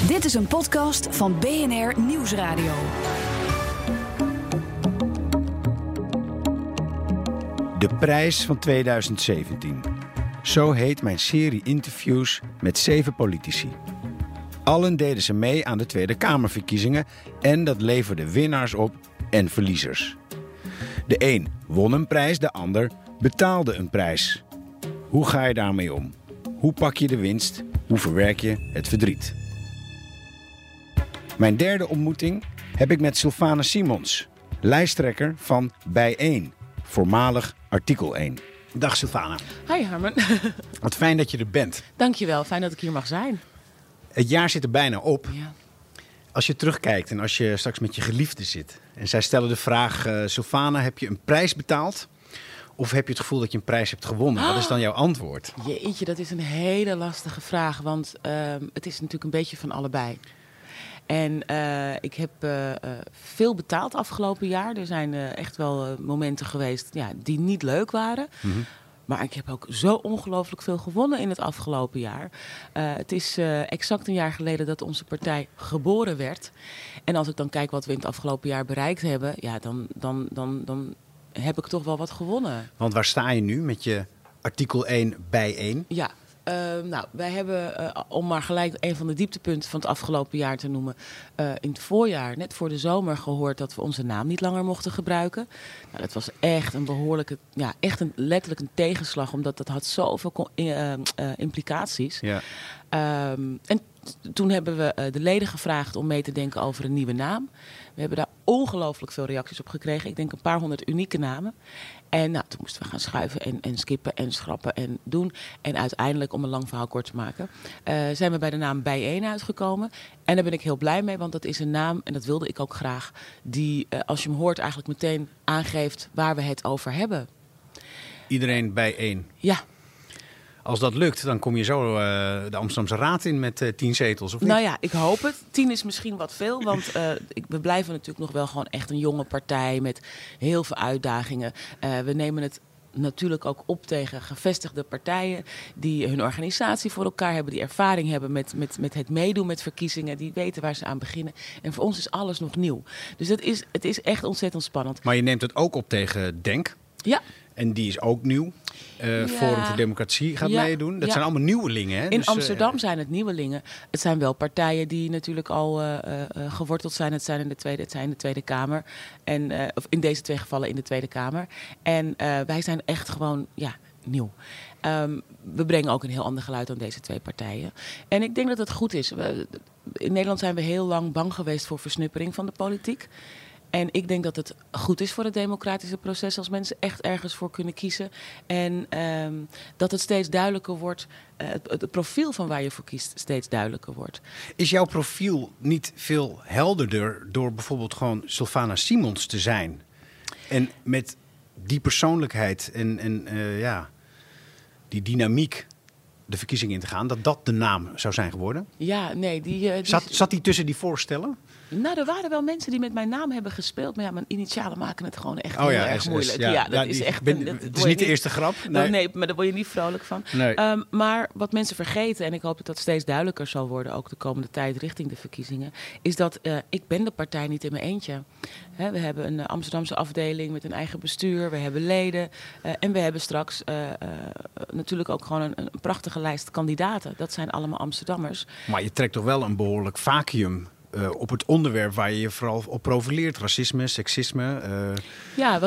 Dit is een podcast van BNR Nieuwsradio. De prijs van 2017. Zo heet mijn serie interviews met 7 politici. Allen deden ze mee aan de Tweede Kamerverkiezingen en dat leverde winnaars op en verliezers. De een won een prijs, de ander betaalde een prijs. Hoe ga je daarmee om? Hoe pak je de winst? Hoe verwerk je het verdriet? Mijn derde ontmoeting heb ik met Sylvana Simons, lijsttrekker van Bij1, voormalig Artikel 1. Dag Sylvana. Hi Harmen. Wat fijn dat je er bent. Dankjewel, fijn dat ik hier mag zijn. Het jaar zit er bijna op. Ja. Als je terugkijkt en als je straks met je geliefde zit en zij stellen de vraag, Sylvana, heb je een prijs betaald? Of heb je het gevoel dat je een prijs hebt gewonnen? Wat is dan jouw antwoord? Jeetje, dat is een hele lastige vraag, want het is natuurlijk een beetje van allebei. En ik heb veel betaald afgelopen jaar. Er zijn echt wel momenten geweest die niet leuk waren. Mm-hmm. Maar ik heb ook zo ongelooflijk veel gewonnen in het afgelopen jaar. Het is exact een jaar geleden dat onze partij geboren werd. En als ik dan kijk wat we in het afgelopen jaar bereikt hebben, dan heb ik toch wel wat gewonnen. Want waar sta je nu met je Artikel 1 Bij1? Ja. Wij hebben, om maar gelijk een van de dieptepunten van het afgelopen jaar te noemen, in het voorjaar, net voor de zomer, gehoord dat we onze naam niet langer mochten gebruiken. Nou, dat was echt een behoorlijke, letterlijk een tegenslag, omdat dat had zoveel implicaties. Ja. En toen hebben we de leden gevraagd om mee te denken over een nieuwe naam. We hebben daar ongelooflijk veel reacties op gekregen. Ik denk een paar honderd unieke namen. En toen moesten we gaan schuiven en skippen en schrappen en doen. En uiteindelijk, om een lang verhaal kort te maken, zijn we bij de naam Bij1 uitgekomen. En daar ben ik heel blij mee, want dat is een naam, en dat wilde ik ook graag, die, als je hem hoort, eigenlijk meteen aangeeft waar we het over hebben. Iedereen Bij1? Ja. Als dat lukt, dan kom je zo de Amsterdamse Raad in met 10 zetels, of niet? Nou ja, ik hoop het. 10 is misschien wat veel, want we blijven natuurlijk nog wel gewoon echt een jonge partij met heel veel uitdagingen. We nemen het natuurlijk ook op tegen gevestigde partijen die hun organisatie voor elkaar hebben, die ervaring hebben met het meedoen met verkiezingen, die weten waar ze aan beginnen. En voor ons is alles nog nieuw. Dus het is echt ontzettend spannend. Maar je neemt het ook op tegen DENK. Ja. En die is ook nieuw. Forum voor Democratie gaat meedoen. Dat zijn allemaal nieuwelingen. Hè? In Amsterdam zijn het nieuwelingen. Het zijn wel partijen die natuurlijk al geworteld zijn. Het zijn in de Tweede Kamer. Of in deze 2 gevallen in de Tweede Kamer. En wij zijn echt gewoon nieuw. We brengen ook een heel ander geluid aan deze 2 partijen. En ik denk dat het goed is. In Nederland zijn we heel lang bang geweest voor versnippering van de politiek. En ik denk dat het goed is voor het democratische proces als mensen echt ergens voor kunnen kiezen. En dat het steeds duidelijker wordt, het profiel van waar je voor kiest steeds duidelijker wordt. Is jouw profiel niet veel helderder door bijvoorbeeld gewoon Sylvana Simons te zijn? En met die persoonlijkheid en die dynamiek de verkiezingen in te gaan, dat de naam zou zijn geworden? Ja, nee. Zat die tussen die voorstellen? Nou, er waren wel mensen die met mijn naam hebben gespeeld. Maar mijn initialen maken het gewoon echt heel erg moeilijk. Het is niet de eerste grap. Nee, maar daar word je niet vrolijk van. Nee. Maar wat mensen vergeten, en ik hoop dat dat steeds duidelijker zal worden, ook de komende tijd richting de verkiezingen, is dat ik ben de partij niet in mijn eentje. We hebben een Amsterdamse afdeling met een eigen bestuur. We hebben leden. En we hebben straks natuurlijk ook gewoon een prachtige lijst kandidaten. Dat zijn allemaal Amsterdammers. Maar je trekt toch wel een behoorlijk vacuüm op het onderwerp waar je je vooral op profileert. Racisme, seksisme. Ja,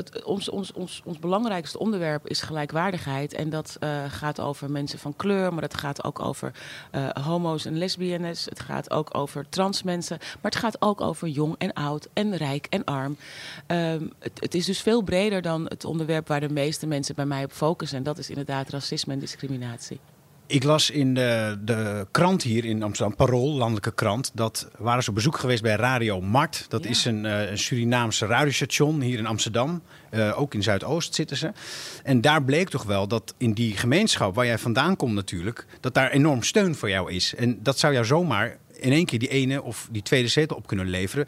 ons belangrijkste onderwerp is gelijkwaardigheid. En dat gaat over mensen van kleur, maar het gaat ook over homo's en lesbiennes. Het gaat ook over trans mensen. Maar het gaat ook over jong en oud en rijk en arm. Het is dus veel breder dan het onderwerp waar de meeste mensen bij mij op focussen. En dat is inderdaad racisme en discriminatie. Ik las in de krant hier in Amsterdam, Parool, landelijke krant, dat waren ze op bezoek geweest bij Radio Mart. Dat is een Surinaamse radiostation hier in Amsterdam. Ook in Zuidoost zitten ze. En daar bleek toch wel dat in die gemeenschap waar jij vandaan komt natuurlijk, dat daar enorm steun voor jou is. En dat zou jou zomaar in één keer die ene of die tweede zetel op kunnen leveren.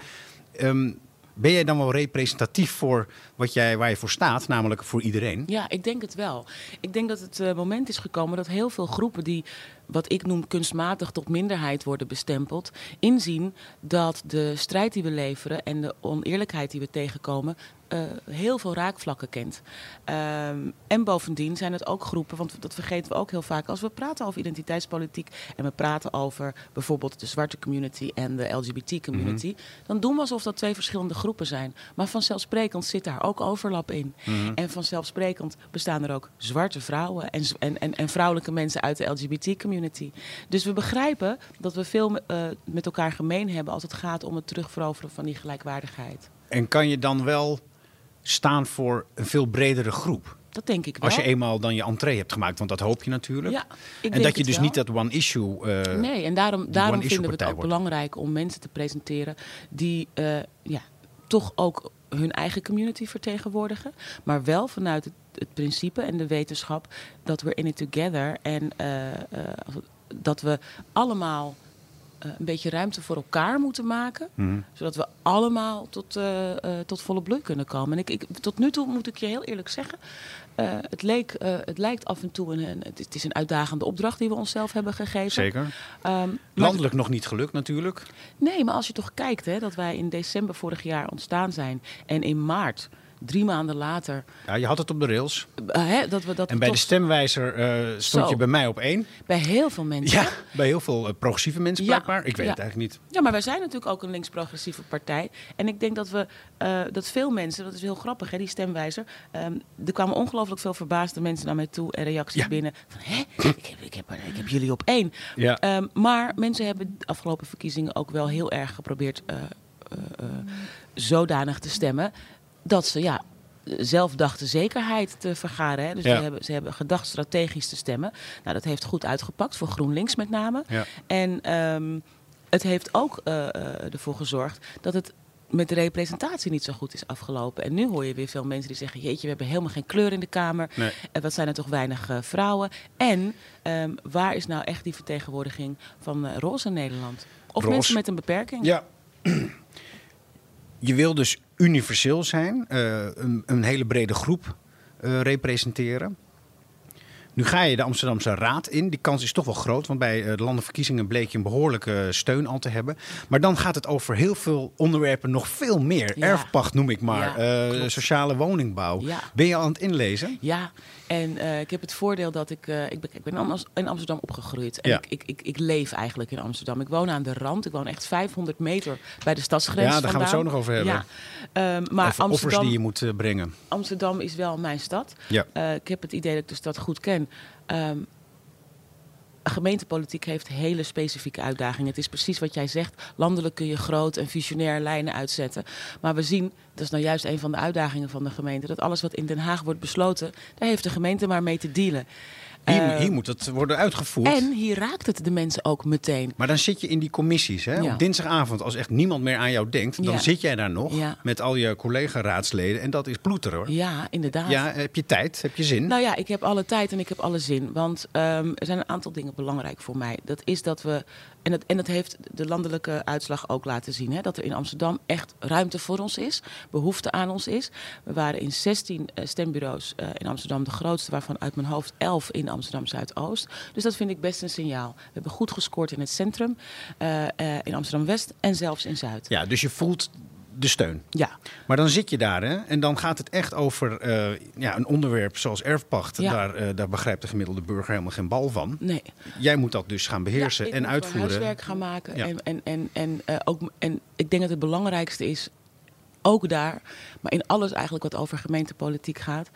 Ben jij dan wel representatief voor waar je voor staat, namelijk voor iedereen? Ja, ik denk het wel. Ik denk dat het moment is gekomen dat heel veel groepen die wat ik noem kunstmatig tot minderheid worden bestempeld, inzien dat de strijd die we leveren en de oneerlijkheid die we tegenkomen heel veel raakvlakken kent. En bovendien zijn het ook groepen, want dat vergeten we ook heel vaak, als we praten over identiteitspolitiek en we praten over bijvoorbeeld de zwarte community en de LGBT community, dan doen we alsof dat 2 verschillende groepen zijn. Maar vanzelfsprekend zit daar ook overlap in. En vanzelfsprekend bestaan er ook zwarte vrouwen en vrouwelijke mensen uit de LGBT community. Dus we begrijpen dat we veel met elkaar gemeen hebben als het gaat om het terugveroveren van die gelijkwaardigheid. En kan je dan wel staan voor een veel bredere groep? Dat denk ik wel. Als je eenmaal dan je entree hebt gemaakt, want dat hoop je natuurlijk. Ja, en dat je dus niet dat one-issue nee, en daarom vinden we het ook belangrijk om mensen te presenteren die toch ook hun eigen community vertegenwoordigen. Maar wel vanuit het principe en de wetenschap dat we're in it together. En dat we allemaal een beetje ruimte voor elkaar moeten maken. Zodat we allemaal tot volle bloei kunnen komen. En tot nu toe moet ik je heel eerlijk zeggen, het lijkt af en toe het is een uitdagende opdracht die we onszelf hebben gegeven. Zeker. Landelijk nog niet gelukt natuurlijk. Nee, maar als je toch kijkt, hè, dat wij in december vorig jaar ontstaan zijn en in maart, 3 maanden later. Ja, je had het op de rails. En bij de stemwijzer stond je bij mij op 1. Bij heel veel mensen. Ja, bij heel veel progressieve mensen blijkbaar. Ik weet het eigenlijk niet. Ja, maar wij zijn natuurlijk ook een links-progressieve partij. En ik denk dat veel mensen, dat is heel grappig, hè, die stemwijzer. Er kwamen ongelooflijk veel verbaasde mensen naar mij toe en reacties binnen. Van, ik heb jullie op 1. Ja. Maar mensen hebben de afgelopen verkiezingen ook wel heel erg geprobeerd zodanig te stemmen dat ze zelf dachten zekerheid te vergaren. Hè? Dus ze hebben gedacht strategisch te stemmen. Nou, dat heeft goed uitgepakt, voor GroenLinks met name. Ja. En het heeft ook ervoor gezorgd dat het met de representatie niet zo goed is afgelopen. En nu hoor je weer veel mensen die zeggen, jeetje, we hebben helemaal geen kleur in de Kamer. Nee. Wat zijn er toch weinig vrouwen. En waar is nou echt die vertegenwoordiging van roze Nederland? Of mensen met een beperking? Ja. Je wil dus universeel zijn, een hele brede groep representeren. Nu ga je de Amsterdamse Raad in. Die kans is toch wel groot, want bij de landelijke verkiezingen bleek je een behoorlijke steun al te hebben. Maar dan gaat het over heel veel onderwerpen, nog veel meer. Ja. Erfpacht noem ik maar, sociale woningbouw. Ja. Ben je al aan het inlezen? Ja, en ik heb het voordeel dat ik ben in Amsterdam opgegroeid. En ik leef eigenlijk in Amsterdam. Ik woon aan de rand. Ik woon echt 500 meter bij de stadsgrens Ja, daar gaan we het zo nog over hebben. Ja. Maar Amsterdam, offers die je moet brengen. Amsterdam is wel mijn stad. Ja. Ik heb het idee dat ik de stad goed ken. Gemeentepolitiek heeft hele specifieke uitdagingen. Het is precies wat jij zegt. Landelijk kun je groot en visionair lijnen uitzetten. Maar we zien, dat is nou juist een van de uitdagingen van de gemeente, dat alles wat in Den Haag wordt besloten, daar heeft de gemeente maar mee te dealen. Hier moet het worden uitgevoerd. En hier raakt het de mensen ook meteen. Maar dan zit je in die commissies. Hè? Ja. Op dinsdagavond, als echt niemand meer aan jou denkt, dan zit jij daar nog met al je collega-raadsleden. En dat is ploeteren, hoor. Ja, inderdaad. Ja, heb je tijd? Heb je zin? Nou ja, ik heb alle tijd en ik heb alle zin. Want er zijn een aantal dingen belangrijk voor mij. Dat is dat we, en dat heeft de landelijke uitslag ook laten zien, hè, dat er in Amsterdam echt ruimte voor ons is. Behoefte aan ons is. We waren in 16 stembureaus in Amsterdam de grootste, waarvan uit mijn hoofd 11 in Amsterdam Zuidoost. Dus dat vind ik best een signaal. We hebben goed gescoord in het centrum, in Amsterdam West en zelfs in Zuid. Ja, dus je voelt de steun. Ja. Maar dan zit je daar, hè? En dan gaat het echt over een onderwerp zoals erfpacht. Ja. Daar begrijpt de gemiddelde burger helemaal geen bal van. Nee. Jij moet dat dus gaan beheersen en uitvoeren. Ik moet huiswerk gaan maken. Ja. En ik denk dat het belangrijkste is, ook daar, maar in alles eigenlijk wat over gemeentepolitiek gaat.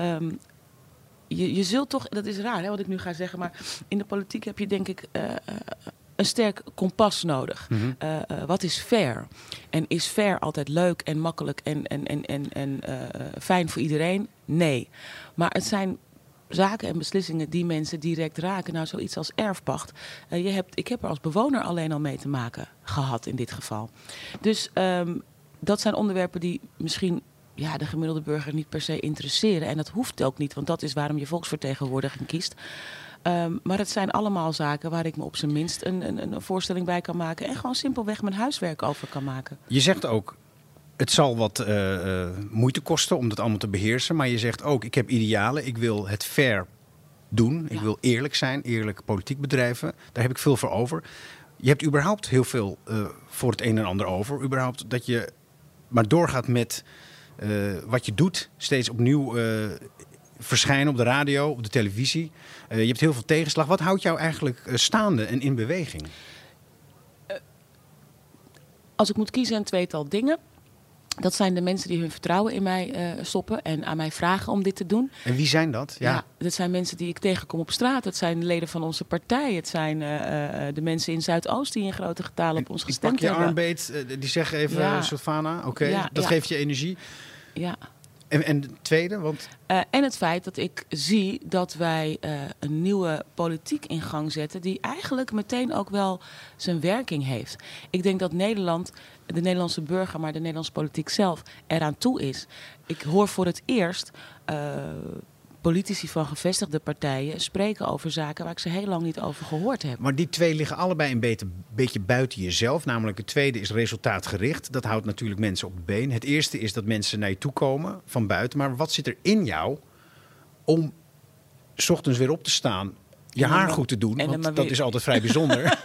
Je zult toch, dat is raar hè, wat ik nu ga zeggen, maar in de politiek heb je denk ik een sterk kompas nodig. Mm-hmm. Wat is fair? En is fair altijd leuk en makkelijk en fijn voor iedereen? Nee. Maar het zijn zaken en beslissingen die mensen direct raken. Nou, zoiets als erfpacht. Ik heb er als bewoner alleen al mee te maken gehad in dit geval. Dus dat zijn onderwerpen die misschien de gemiddelde burger niet per se interesseren. En dat hoeft ook niet, want dat is waarom je volksvertegenwoordiging kiest. Maar het zijn allemaal zaken waar ik me op zijn minst een voorstelling bij kan maken. En gewoon simpelweg mijn huiswerk over kan maken. Je zegt ook, het zal wat moeite kosten om dat allemaal te beheersen. Maar je zegt ook, ik heb idealen. Ik wil het fair doen. Ik wil eerlijk zijn, eerlijk politiek bedrijven. Daar heb ik veel voor over. Je hebt überhaupt heel veel voor het een en ander over. Überhaupt dat je maar doorgaat met wat je doet. Steeds opnieuw verschijnen op de radio, op de televisie. Je hebt heel veel tegenslag. Wat houdt jou eigenlijk staande en in beweging? Als ik moet kiezen een tweetal dingen. Dat zijn de mensen die hun vertrouwen in mij stoppen en aan mij vragen om dit te doen. En wie zijn dat? Ja, dat zijn mensen die ik tegenkom op straat. Het zijn leden van onze partij. Het zijn de mensen in Zuidoost die in grote getalen op ons gestemd hebben. Pak je armbeet, die zeggen even Sylvana, oké, dat geeft je energie. Ja. En de tweede? Want... En het feit dat ik zie dat wij een nieuwe politiek in gang zetten die eigenlijk meteen ook wel zijn werking heeft. Ik denk dat Nederland, de Nederlandse burger, maar de Nederlandse politiek zelf eraan toe is. Ik hoor voor het eerst politici van gevestigde partijen spreken over zaken waar ik ze heel lang niet over gehoord heb. Maar die twee liggen allebei een beetje buiten jezelf. Namelijk het tweede is resultaatgericht. Dat houdt natuurlijk mensen op de been. Het eerste is dat mensen naar je toe komen van buiten. Maar wat zit er in jou om 's ochtends weer op te staan, je haar goed te doen? Want dat is altijd vrij bijzonder.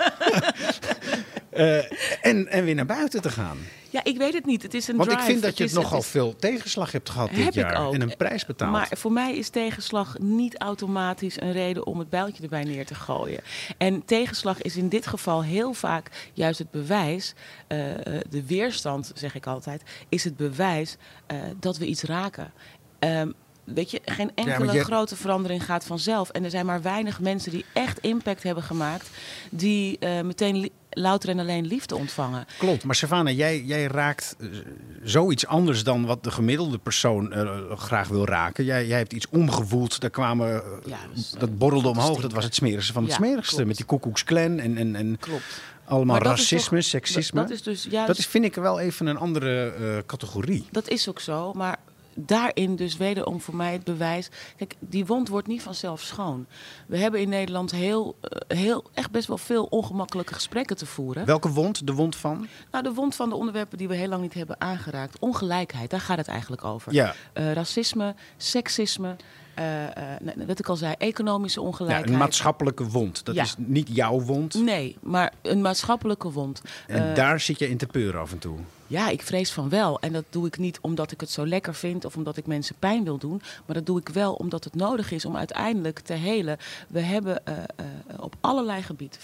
En weer naar buiten te gaan. Ja, ik weet het niet. Het is een Want drive. Ik vind dat je nogal veel tegenslag hebt gehad dit jaar. En een prijs betaald. Maar voor mij is tegenslag niet automatisch een reden om het bijltje erbij neer te gooien. En tegenslag is in dit geval heel vaak juist het bewijs. De weerstand, zeg ik altijd, is het bewijs dat we iets raken. Weet je, geen enkele grote verandering gaat vanzelf. En er zijn maar weinig mensen die echt impact hebben gemaakt, die meteen louter en alleen liefde ontvangen. Klopt, maar Sylvana, jij raakt zoiets anders dan wat de gemiddelde persoon graag wil raken. Jij hebt iets omgewoeld, daar kwamen, dat borrelde omhoog. Dat was het smerigste van het smerigste. Klopt. Met die Ku Klux Klan en klopt. Allemaal racisme, seksisme. Dat is dus juist, dat is, vind ik, wel even een andere categorie. Dat is ook zo, maar daarin dus wederom voor mij het bewijs. Kijk, die wond wordt niet vanzelf schoon. We hebben in Nederland echt best wel veel ongemakkelijke gesprekken te voeren. Welke wond? De wond van? Nou, de wond van de onderwerpen die we heel lang niet hebben aangeraakt. Ongelijkheid, daar gaat het eigenlijk over. Ja. Racisme, seksisme. Wat ik al zei, economische ongelijkheid. Ja, een maatschappelijke wond. Dat is niet jouw wond. Nee, maar een maatschappelijke wond. En daar zit je in te peuren af en toe. Ja, ik vrees van wel. En dat doe ik niet omdat ik het zo lekker vind of omdat ik mensen pijn wil doen. Maar dat doe ik wel omdat het nodig is om uiteindelijk te helen. We hebben op allerlei gebieden,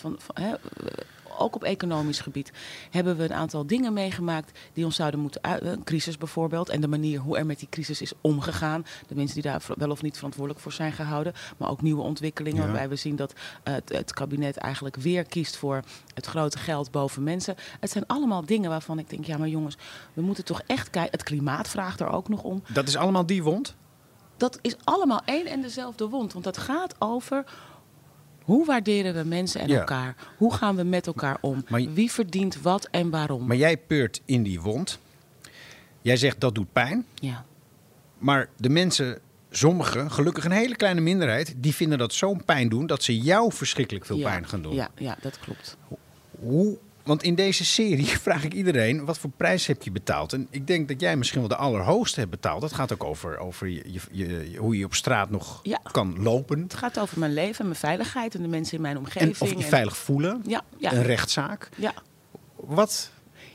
ook op economisch gebied, hebben we een aantal dingen meegemaakt die ons zouden moeten een crisis bijvoorbeeld. En de manier hoe er met die crisis is omgegaan. De mensen die daar wel of niet verantwoordelijk voor zijn gehouden. Maar ook nieuwe ontwikkelingen waarbij we zien dat het kabinet eigenlijk weer kiest voor het grote geld boven mensen. Het zijn allemaal dingen waarvan ik denk, ja maar jongens, we moeten toch echt kijken. Het klimaat vraagt er ook nog om. Dat is allemaal die wond? Dat is allemaal één en dezelfde wond. Want dat gaat over hoe waarderen we mensen en elkaar? Hoe gaan we met elkaar om? Wie verdient wat en waarom? Maar jij peurt in die wond. Jij zegt dat doet pijn. Ja. Maar de mensen, sommigen, gelukkig een hele kleine minderheid, die vinden dat zo'n pijn doen dat ze jou verschrikkelijk veel pijn gaan doen. Ja, dat klopt. Want in deze serie vraag ik iedereen, wat voor prijs heb je betaald? En ik denk dat jij misschien wel de allerhoogste hebt betaald. Dat gaat ook over hoe je op straat nog kan lopen. Het gaat over mijn leven en mijn veiligheid en de mensen in mijn omgeving. En of je veilig voelen. Ja. Een rechtszaak. Ja. Wat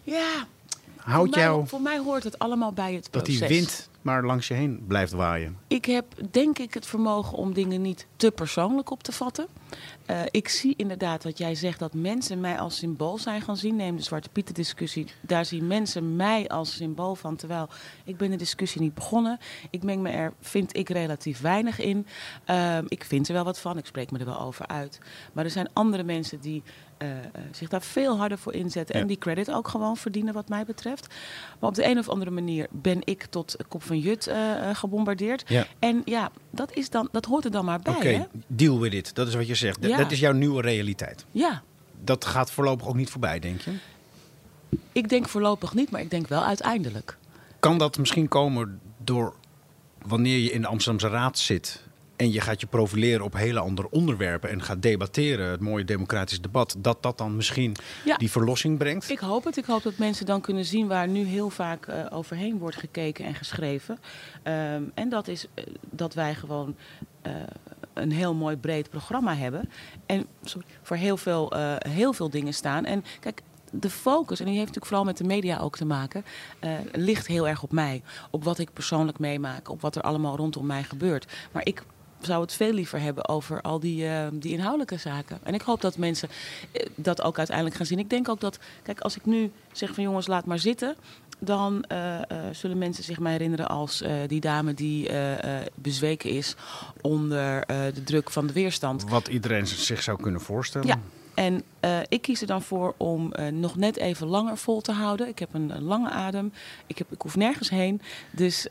houdt voor mij hoort het allemaal bij het proces. Dat die wind maar langs je heen blijft waaien. Ik heb denk ik het vermogen om dingen niet te persoonlijk op te vatten. Ik zie inderdaad wat jij zegt, dat mensen mij als symbool zijn gaan zien. Neem de Zwarte Pieten discussie. Daar zien mensen mij als symbool van. Terwijl ik ben de discussie niet begonnen. Ik meng me er, vind ik, relatief weinig in. Ik vind er wel wat van. Ik spreek me er wel over uit. Maar er zijn andere mensen die zich daar veel harder voor inzetten. En die credit ook gewoon verdienen wat mij betreft. Maar op de een of andere manier ben ik tot kop van Jut gebombardeerd. Ja. En dat hoort er dan maar bij. Oké, deal with it. Dat is wat je zegt. Dat is jouw nieuwe realiteit. Ja. Dat gaat voorlopig ook niet voorbij, denk je? Ik denk voorlopig niet, maar ik denk wel uiteindelijk. Kan dat misschien komen door wanneer je in de Amsterdamse Raad zit en je gaat je profileren op hele andere onderwerpen en gaat debatteren, het mooie democratisch debat, dat dan misschien die verlossing brengt? Ik hoop het. Ik hoop dat mensen dan kunnen zien waar nu heel vaak overheen wordt gekeken en geschreven. En dat is dat wij gewoon een heel mooi breed programma hebben. En voor heel veel dingen staan. En kijk, de focus, en die heeft natuurlijk vooral met de media ook te maken, ligt heel erg op mij. Op wat ik persoonlijk meemaak, op wat er allemaal rondom mij gebeurt. Maar ik zou het veel liever hebben over al die inhoudelijke zaken. En ik hoop dat mensen dat ook uiteindelijk gaan zien. Ik denk ook dat, kijk, als ik nu zeg van jongens, laat maar zitten, dan zullen mensen zich mij herinneren als die dame die bezweken is onder de druk van de weerstand. Wat iedereen zich zou kunnen voorstellen. Ja. En ik kies er dan voor om nog net even langer vol te houden. Ik heb een lange adem. Ik hoef nergens heen. Dus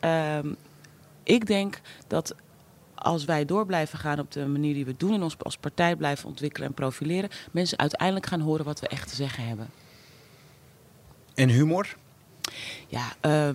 ik denk dat als wij door blijven gaan op de manier die we doen en ons als partij blijven ontwikkelen en profileren, mensen uiteindelijk gaan horen wat we echt te zeggen hebben. En humor? Ja,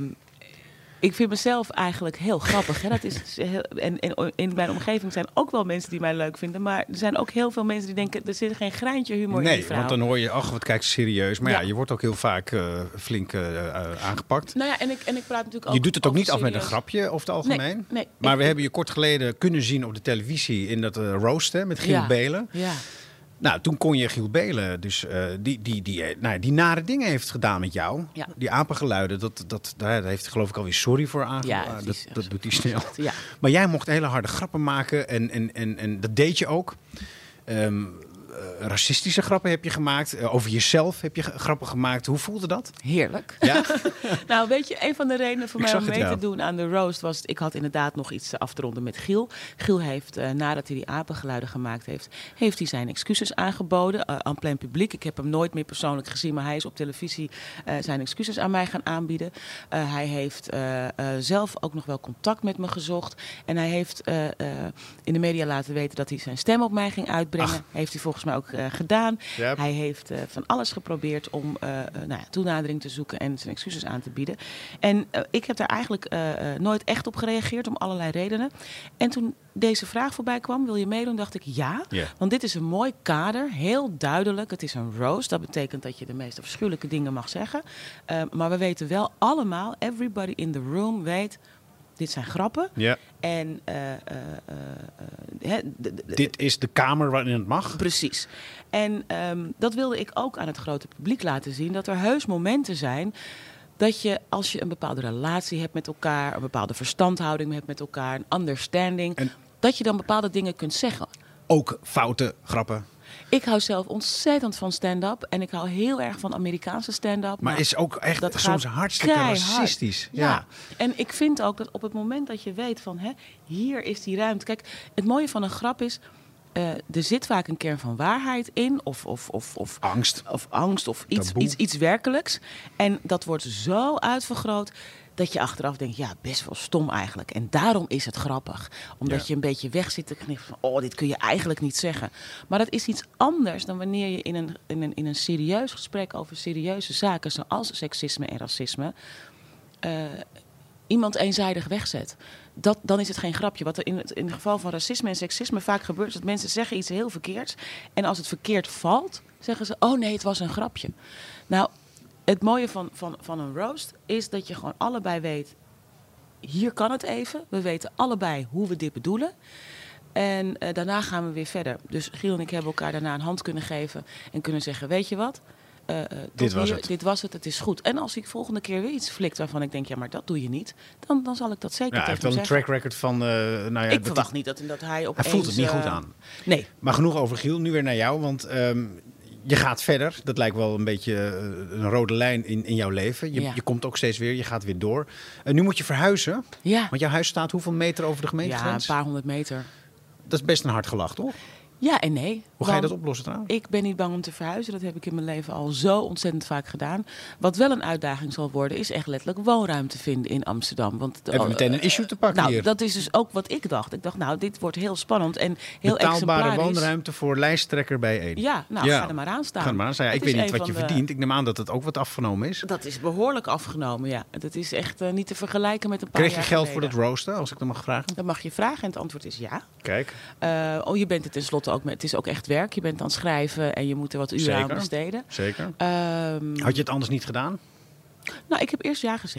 ik vind mezelf eigenlijk heel grappig. Hè? Dat is en in mijn omgeving zijn ook wel mensen die mij leuk vinden. Maar er zijn ook heel veel mensen die denken, er zit geen greintje humor in die vrouw. Want dan hoor je, ach, wat kijkt ze serieus. Maar ja, je wordt ook heel vaak flink aangepakt. Nou ja, en ik praat natuurlijk ook. Je doet het ook niet serieus af met een grapje over het algemeen. Nee, maar we hebben je kort geleden kunnen zien op de televisie in dat roast met Giel Beelen. Ja. Nou, toen kon je Giel Beelen, dus die nare dingen heeft gedaan met jou. Ja. Die apengeluiden, daar heeft hij geloof ik alweer sorry voor aangegeven. Ja, dat doet hij snel. Ja. Maar jij mocht hele harde grappen maken en dat deed je ook. Racistische grappen heb je gemaakt. Over jezelf heb je grappen gemaakt. Hoe voelde dat? Heerlijk. Ja? Nou, weet je, een van de redenen voor mij om mee ja. te doen aan de roast was, ik had inderdaad nog iets af te ronden met Giel. Giel heeft, nadat hij die apengeluiden gemaakt heeft hij zijn excuses aangeboden aan plein publiek. Ik heb hem nooit meer persoonlijk gezien, maar hij is op televisie zijn excuses aan mij gaan aanbieden. Hij heeft zelf ook nog wel contact met me gezocht. En hij heeft in de media laten weten dat hij zijn stem op mij ging uitbrengen. Heeft hij volgens mij ook gedaan. Yep. Hij heeft van alles geprobeerd om toenadering te zoeken en zijn excuses aan te bieden. En ik heb daar eigenlijk nooit echt op gereageerd om allerlei redenen. En toen deze vraag voorbij kwam, wil je meedoen, dacht ik ja. Yeah. Want dit is een mooi kader, heel duidelijk. Het is een roast, dat betekent dat je de meest afschuwelijke dingen mag zeggen. Maar we weten wel allemaal, everybody in the room weet, dit zijn grappen. Yeah. En dit is de kamer waarin het mag. Precies. En dat wilde ik ook aan het grote publiek laten zien. Dat er heus momenten zijn dat je, als je een bepaalde relatie hebt met elkaar, een bepaalde verstandhouding hebt met elkaar, een understanding, dat je dan bepaalde dingen kunt zeggen. Ook foute grappen. Ik hou zelf ontzettend van stand-up. En ik hou heel erg van Amerikaanse stand-up. Maar is ook echt dat soms hartstikke racistisch. Ja. En ik vind ook dat op het moment dat je weet van, hier is die ruimte. Kijk, het mooie van een grap is, er zit vaak een kern van waarheid in. Of angst. Of angst of iets werkelijks. En dat wordt zo uitvergroot dat je achteraf denkt, ja, best wel stom eigenlijk. En daarom is het grappig. Omdat je een beetje weg zit te knippen van, dit kun je eigenlijk niet zeggen. Maar dat is iets anders dan wanneer je in een serieus gesprek over serieuze zaken, zoals seksisme en racisme, iemand eenzijdig wegzet. Dan is het geen grapje. Wat er in het geval van racisme en seksisme vaak gebeurt, is dat mensen zeggen iets heel verkeerds. En als het verkeerd valt, zeggen ze, oh nee, het was een grapje. Nou, het mooie van een roast is dat je gewoon allebei weet, hier kan het even. We weten allebei hoe we dit bedoelen. En daarna gaan we weer verder. Dus Giel en ik hebben elkaar daarna een hand kunnen geven en kunnen zeggen, weet je wat? Dit was het, het is goed. En als ik volgende keer weer iets flikt waarvan ik denk, ja, maar dat doe je niet, dan zal ik dat zeker tegen hem zeggen. Hij heeft wel een track record van... ik verwacht niet dat hij opeens... Hij voelt het niet goed aan. Nee. Maar genoeg over Giel, nu weer naar jou, want je gaat verder. Dat lijkt wel een beetje een rode lijn in jouw leven. Je komt ook steeds weer, je gaat weer door. Nu moet je verhuizen, want jouw huis staat hoeveel meter over de gemeentegrens? Ja, een paar 100 meter. Dat is best een hard gelach, toch? Ja en nee. Hoe ga je dat oplossen trouwens? Ik ben niet bang om te verhuizen. Dat heb ik in mijn leven al zo ontzettend vaak gedaan. Wat wel een uitdaging zal worden, is echt letterlijk woonruimte vinden in Amsterdam. Want hebben we meteen een issue te pakken hier. Dat is dus ook wat ik dacht. Ik dacht, dit wordt heel spannend en heel exemplarisch. Betaalbare woonruimte voor lijsttrekker bij 1. Ja, ga er maar aan staan. Ga er maar aan staan. Ja, ik weet niet wat je verdient. Ik neem aan dat het ook wat afgenomen is. Dat is behoorlijk afgenomen, ja. Dat is echt niet te vergelijken met een paar jaar geleden. Kreeg je geld geleden voor dat roosten, als ik dat mag vragen? Dat mag je vragen en het antwoord is ja. Kijk. Je bent het tenslotte ook, het is ook echt werk. Je bent aan het schrijven en je moet er wat uren aan besteden. Zeker. Had je het anders niet gedaan? Nou, ik heb eerst ja gezegd.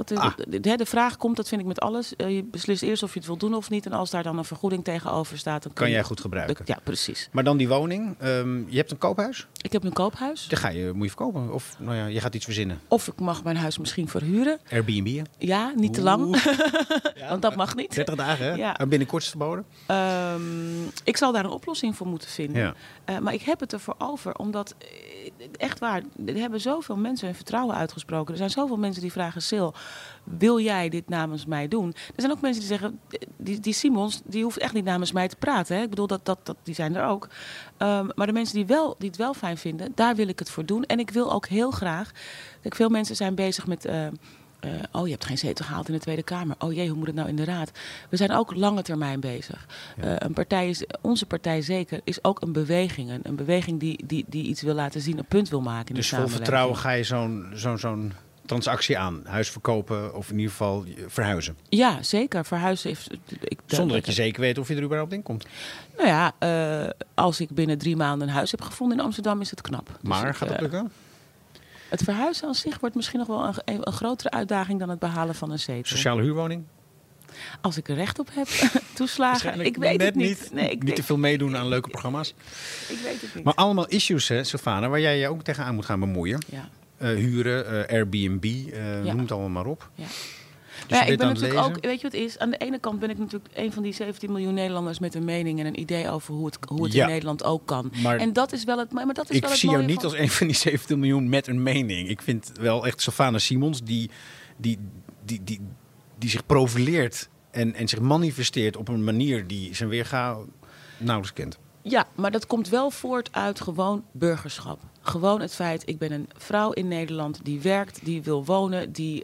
De vraag komt, dat vind ik met alles. Je beslist eerst of je het wil doen of niet. En als daar dan een vergoeding tegenover staat... dan kan jij goed gebruiken. Ja, precies. Maar dan die woning. Je hebt een koophuis? Ik heb een koophuis. Dan moet je verkopen. Of je gaat iets verzinnen. Of ik mag mijn huis misschien verhuren. Airbnb? Ja, niet te lang. Ja, want dat mag niet. 30 dagen, hè? Ja. En binnenkort is het verboden? Ik zal daar een oplossing voor moeten vinden. Ja. Maar ik heb het ervoor over. Omdat, echt waar, er hebben zoveel mensen hun vertrouwen uitgesproken. Er zijn zoveel mensen die vragen... Sil, wil jij dit namens mij doen? Er zijn ook mensen die zeggen... Die Simons, die hoeft echt niet namens mij te praten. Hè? Ik bedoel, die zijn er ook. Maar de mensen die het wel fijn vinden... daar wil ik het voor doen. En ik wil ook heel graag... Kijk, veel mensen zijn bezig met... je hebt geen zetel gehaald in de Tweede Kamer. Oh jee, hoe moet het nou in de Raad? We zijn ook lange termijn bezig. Ja. Onze partij zeker, is ook een beweging. Een beweging die iets wil laten zien, een punt wil maken in de samenleving. Dus vol vertrouwen ga je zo'n transactie aan? Huis verkopen of in ieder geval verhuizen? Ja, zeker. Verhuizen is... Zonder dat je zeker weet of je er überhaupt in komt? Nou ja, als ik binnen 3 maanden een huis heb gevonden in Amsterdam, is het knap. Maar dus gaat dat lukken? Het verhuizen aan zich wordt misschien nog wel een grotere uitdaging dan het behalen van een zetel. Sociale huurwoning? Als ik er recht op heb, toeslagen, ik weet het niet. Nee, niet te veel meedoen aan leuke programma's. Ik weet het niet. Maar allemaal issues, hè, Sylvana, waar jij je ook tegenaan moet gaan bemoeien. Ja. Huren, Airbnb, noem het allemaal maar op. Ja. Dus ik ben natuurlijk ook, weet je wat het is? Aan de ene kant ben ik natuurlijk een van die 17 miljoen Nederlanders met een mening en een idee over hoe het in Nederland ook kan. Maar en dat is wel het. Maar dat is ik wel het zie jou mooie niet als een van die 17 miljoen met een mening. Ik vind wel echt Sylvana Simons die zich profileert en zich manifesteert op een manier die zijn weerga nauwelijks kent. Ja, maar dat komt wel voort uit gewoon burgerschap. Gewoon het feit, ik ben een vrouw in Nederland die werkt, die wil wonen, die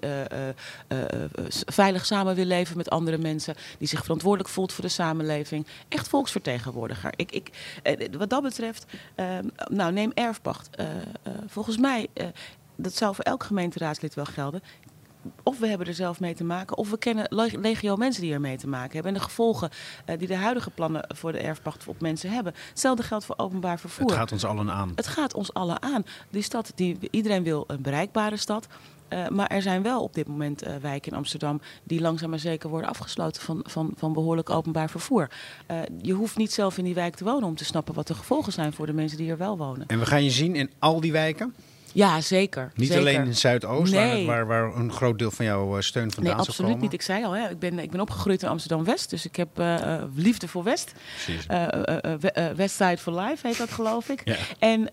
veilig samen wil leven met andere mensen, die zich verantwoordelijk voelt voor de samenleving. Echt volksvertegenwoordiger. Wat dat betreft, neem erfpacht. Volgens mij, dat zou voor elk gemeenteraadslid wel gelden. Of we hebben er zelf mee te maken, of we kennen legio mensen die er mee te maken hebben. En de gevolgen die de huidige plannen voor de erfpacht op mensen hebben. Hetzelfde geldt voor openbaar vervoer. Het gaat ons allen aan. Het gaat ons allen aan. Die stad, iedereen wil een bereikbare stad. Maar er zijn wel op dit moment wijken in Amsterdam die langzaam maar zeker worden afgesloten van behoorlijk openbaar vervoer. Je hoeft niet zelf in die wijk te wonen om te snappen wat de gevolgen zijn voor de mensen die er wel wonen. En we gaan je zien in al die wijken? Ja, zeker. Niet zeker. alleen in Zuidoost, nee. waar een groot deel van jouw steun vandaan zou komen? Nee, absoluut niet. Ik zei al, ik ben opgegroeid in Amsterdam-West. Dus ik heb liefde voor West. Westside for Life heet dat, geloof ik. Ja. En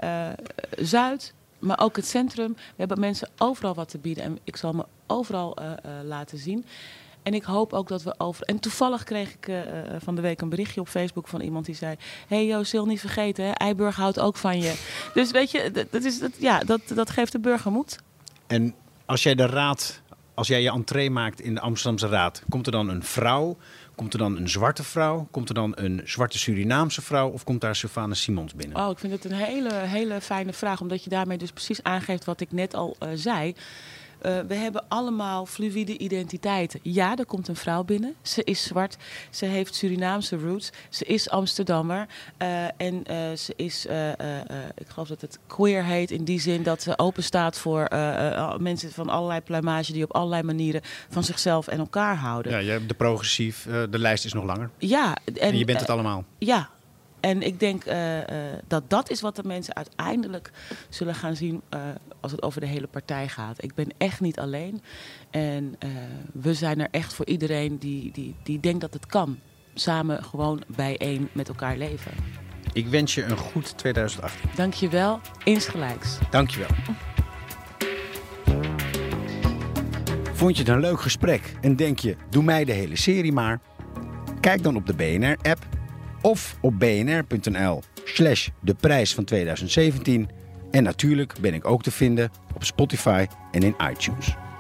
Zuid, maar ook het centrum. We hebben mensen overal wat te bieden. En ik zal me overal laten zien. En ik hoop ook dat we En toevallig kreeg ik van de week een berichtje op Facebook van iemand die zei... Hey Sil, niet vergeten, hè? Eiburg houdt ook van je. Dus weet je, dat geeft de burger moed. En als jij je entree maakt in de Amsterdamse Raad... komt er dan een vrouw? Komt er dan een zwarte vrouw? Komt er dan een zwarte Surinaamse vrouw? Of komt daar Sylvana Simons binnen? Oh, ik vind het een hele fijne vraag. Omdat je daarmee dus precies aangeeft wat ik net al zei... We hebben allemaal fluïde identiteiten. Ja, er komt een vrouw binnen. Ze is zwart. Ze heeft Surinaamse roots. Ze is Amsterdammer. En ze is, ik geloof dat het queer heet. In die zin dat ze open staat voor mensen van allerlei pluimage. Die op allerlei manieren van zichzelf en elkaar houden. Ja, je hebt de progressief. De lijst is nog langer. Ja. En je bent het allemaal. Ja. En ik denk dat is wat de mensen uiteindelijk zullen gaan zien als het over de hele partij gaat. Ik ben echt niet alleen. En we zijn er echt voor iedereen die denkt dat het kan. Samen gewoon bijeen met elkaar leven. Ik wens je een goed 2018. Dank je wel. Insgelijks. Dank je wel. Vond je het een leuk gesprek en denk je, doe mij de hele serie maar? Kijk dan op de BNR-app of op bnr.nl/de prijs van 2017. En natuurlijk ben ik ook te vinden op Spotify en in iTunes.